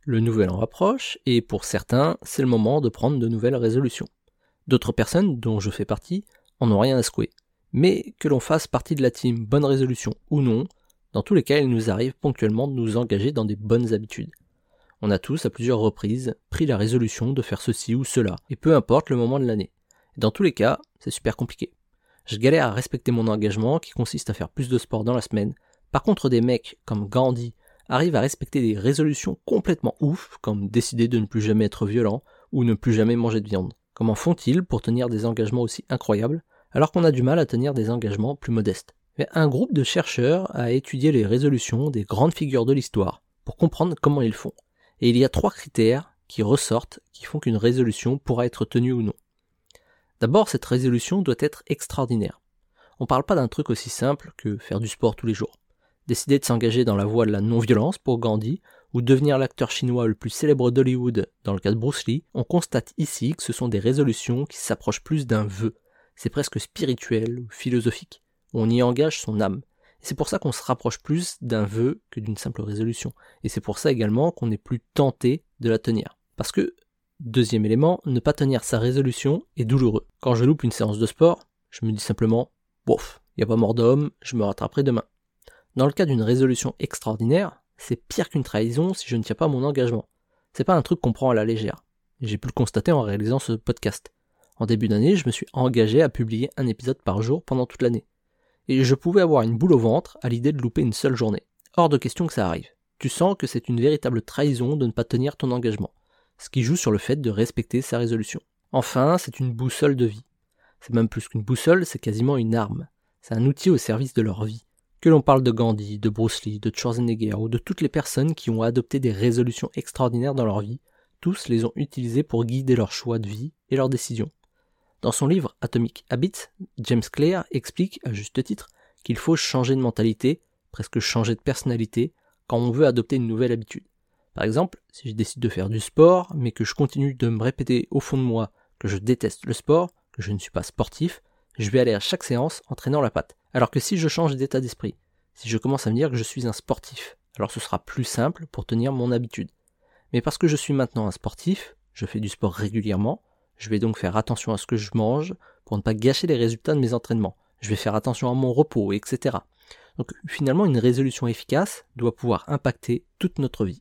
Le nouvel an approche, et pour certains, c'est le moment de prendre de nouvelles résolutions. D'autres personnes, dont je fais partie, en ont rien à secouer. Mais que l'on fasse partie de la team bonne résolution ou non, dans tous les cas, il nous arrive ponctuellement de nous engager dans des bonnes habitudes. On a tous, à plusieurs reprises, pris la résolution de faire ceci ou cela, et peu importe le moment de l'année. Et dans tous les cas, c'est super compliqué. Je galère à respecter mon engagement qui consiste à faire plus de sport dans la semaine. Par contre, des mecs comme Gandhi arrivent à respecter des résolutions complètement ouf, comme décider de ne plus jamais être violent ou ne plus jamais manger de viande. Comment font-ils pour tenir des engagements aussi incroyables, alors qu'on a du mal à tenir des engagements plus modestes? Mais un groupe de chercheurs a étudié les résolutions des grandes figures de l'histoire pour comprendre comment ils font. Et il y a 3 critères qui ressortent qui font qu'une résolution pourra être tenue ou non. D'abord, cette résolution doit être extraordinaire. On parle pas d'un truc aussi simple que faire du sport tous les jours. Décider de s'engager dans la voie de la non-violence pour Gandhi, ou devenir l'acteur chinois le plus célèbre d'Hollywood dans le cas de Bruce Lee, on constate ici que ce sont des résolutions qui s'approchent plus d'un vœu. C'est presque spirituel ou philosophique. On y engage son âme. Et c'est pour ça qu'on se rapproche plus d'un vœu que d'une simple résolution. Et c'est pour ça également qu'on est plus tenté de la tenir. Parce que, deuxième élément, ne pas tenir sa résolution est douloureux. Quand je loupe une séance de sport, je me dis simplement « bof, y a pas mort d'homme, je me rattraperai demain ». Dans le cas d'une résolution extraordinaire, c'est pire qu'une trahison si je ne tiens pas mon engagement. C'est pas un truc qu'on prend à la légère. J'ai pu le constater en réalisant ce podcast. En début d'année, je me suis engagé à publier un épisode par jour pendant toute l'année. Et je pouvais avoir une boule au ventre à l'idée de louper une seule journée. Hors de question que ça arrive. Tu sens que c'est une véritable trahison de ne pas tenir ton engagement. Ce qui joue sur le fait de respecter sa résolution. Enfin, c'est une boussole de vie. C'est même plus qu'une boussole, c'est quasiment une arme. C'est un outil au service de leur vie. Que l'on parle de Gandhi, de Bruce Lee, de Schwarzenegger ou de toutes les personnes qui ont adopté des résolutions extraordinaires dans leur vie, tous les ont utilisées pour guider leurs choix de vie et leurs décisions. Dans son livre Atomic Habits, James Clear explique, à juste titre, qu'il faut changer de mentalité, presque changer de personnalité, quand on veut adopter une nouvelle habitude. Par exemple, si je décide de faire du sport, mais que je continue de me répéter au fond de moi que je déteste le sport, que je ne suis pas sportif, je vais aller à chaque séance en traînant la patte. Alors que si je change d'état d'esprit, si je commence à me dire que je suis un sportif, alors ce sera plus simple pour tenir mon habitude. Mais parce que je suis maintenant un sportif, je fais du sport régulièrement, je vais donc faire attention à ce que je mange pour ne pas gâcher les résultats de mes entraînements. Je vais faire attention à mon repos, etc. Donc finalement, une résolution efficace doit pouvoir impacter toute notre vie.